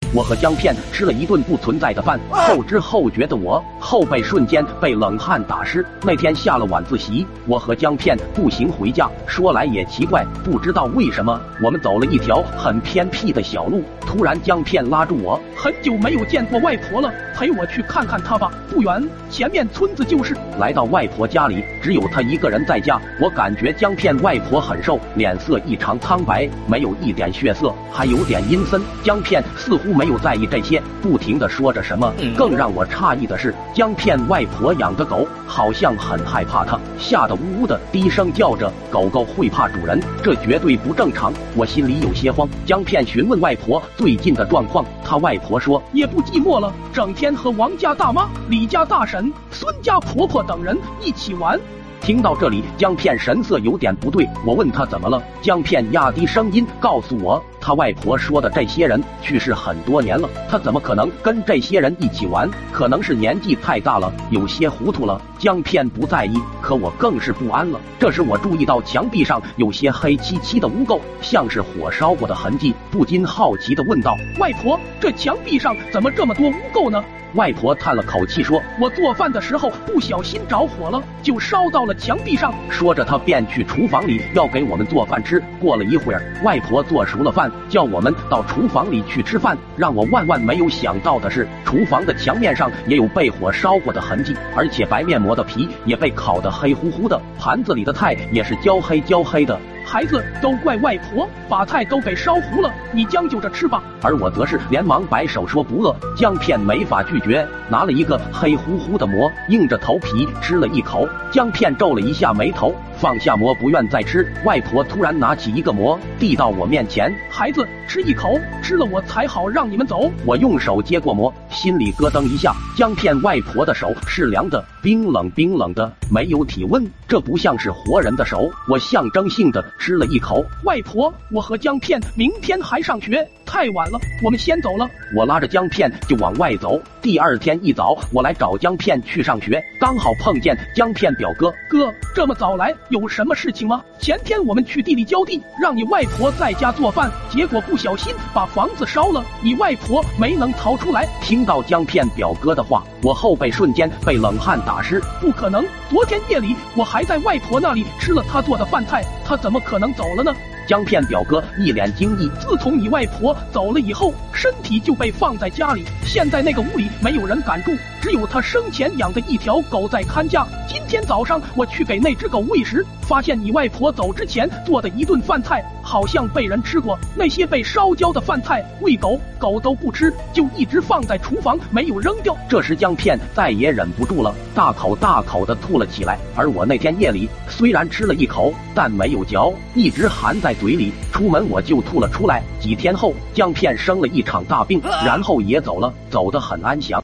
我和姜片吃了一顿不存在的饭，后知后觉的我后背瞬间被冷汗打湿。那天下了晚自习，我和姜片步行回家。说来也奇怪，不知道为什么，我们走了一条很偏僻的小路，突然姜片拉住我，很久没有见过外婆了，陪我去看看她吧。不远，前面村子就是。来到外婆家里，只有她一个人在家。我感觉姜片外婆很瘦，脸色异常苍白，没有一点血色，还有点阴森。姜片似乎没有在意这些，不停地说着什么。更让我诧异的是，姜片外婆养的狗好像很害怕它，吓得呜呜的低声叫着。狗狗会怕主人，这绝对不正常。我心里有些慌。姜片询问外婆最近的状况，他外婆说也不寂寞了，整天和王家大妈、李家大婶、孙家婆婆等人一起玩。听到这里，姜片神色有点不对，我问他怎么了，姜片压低声音告诉我，他外婆说的这些人去世很多年了，他怎么可能跟这些人一起玩？可能是年纪太大了，有些糊涂了。姜片不在意，可我更是不安了。这时我注意到墙壁上有些黑漆漆的污垢，像是火烧过的痕迹，不禁好奇地问道：外婆，这墙壁上怎么这么多污垢呢？外婆叹了口气说，我做饭的时候不小心着火了，就烧到了墙壁上。说着她便去厨房里要给我们做饭吃。过了一会儿，外婆做熟了饭，叫我们到厨房里去吃饭。让我万万没有想到的是，厨房的墙面上也有被火烧过的痕迹，而且白面膜的皮也被烤得黑乎乎的，盘子里的菜也是焦黑焦黑的。孩子，都怪外婆把菜都给烧糊了，你将就着吃吧。而我则是连忙摆手说不饿。姜片没法拒绝，拿了一个黑乎乎的馍，硬着头皮吃了一口。姜片皱了一下眉头，放下馍不愿再吃。外婆突然拿起一个馍递到我面前，孩子，吃一口，吃了我才好让你们走。我用手接过馍，心里咯噔一下，姜片外婆的手是凉的，冰冷冰冷的，没有体温，这不像是活人的手。我象征性的吃了一口。外婆，我和姜片明天还上学，太晚了，我们先走了。我拉着姜片就往外走。第二天一早，我来找姜片去上学，刚好碰见姜片表哥。哥，这么早来有什么事情吗？前天我们去地里浇地，让你外婆在家做饭，结果不小心把房子烧了，你外婆没能逃出来。听到姜片表哥的话，我后背瞬间被冷汗打湿。不可能，昨天夜里我还在外婆那里吃了她做的饭菜，她怎么可能走了呢？姜片表哥一脸惊异，自从你外婆走了以后，身体就被放在家里，现在那个屋里没有人敢住，只有他生前养的一条狗在看家。今天早上我去给那只狗喂食，发现你外婆走之前做的一顿饭菜好像被人吃过，那些被烧焦的饭菜喂狗，狗都不吃，就一直放在厨房没有扔掉。这时姜片再也忍不住了，大口大口地吐了起来。而我那天夜里虽然吃了一口，但没有嚼，一直含在嘴里，出门我就吐了出来。几天后，姜片生了一场大病，然后也走了，走得很安详。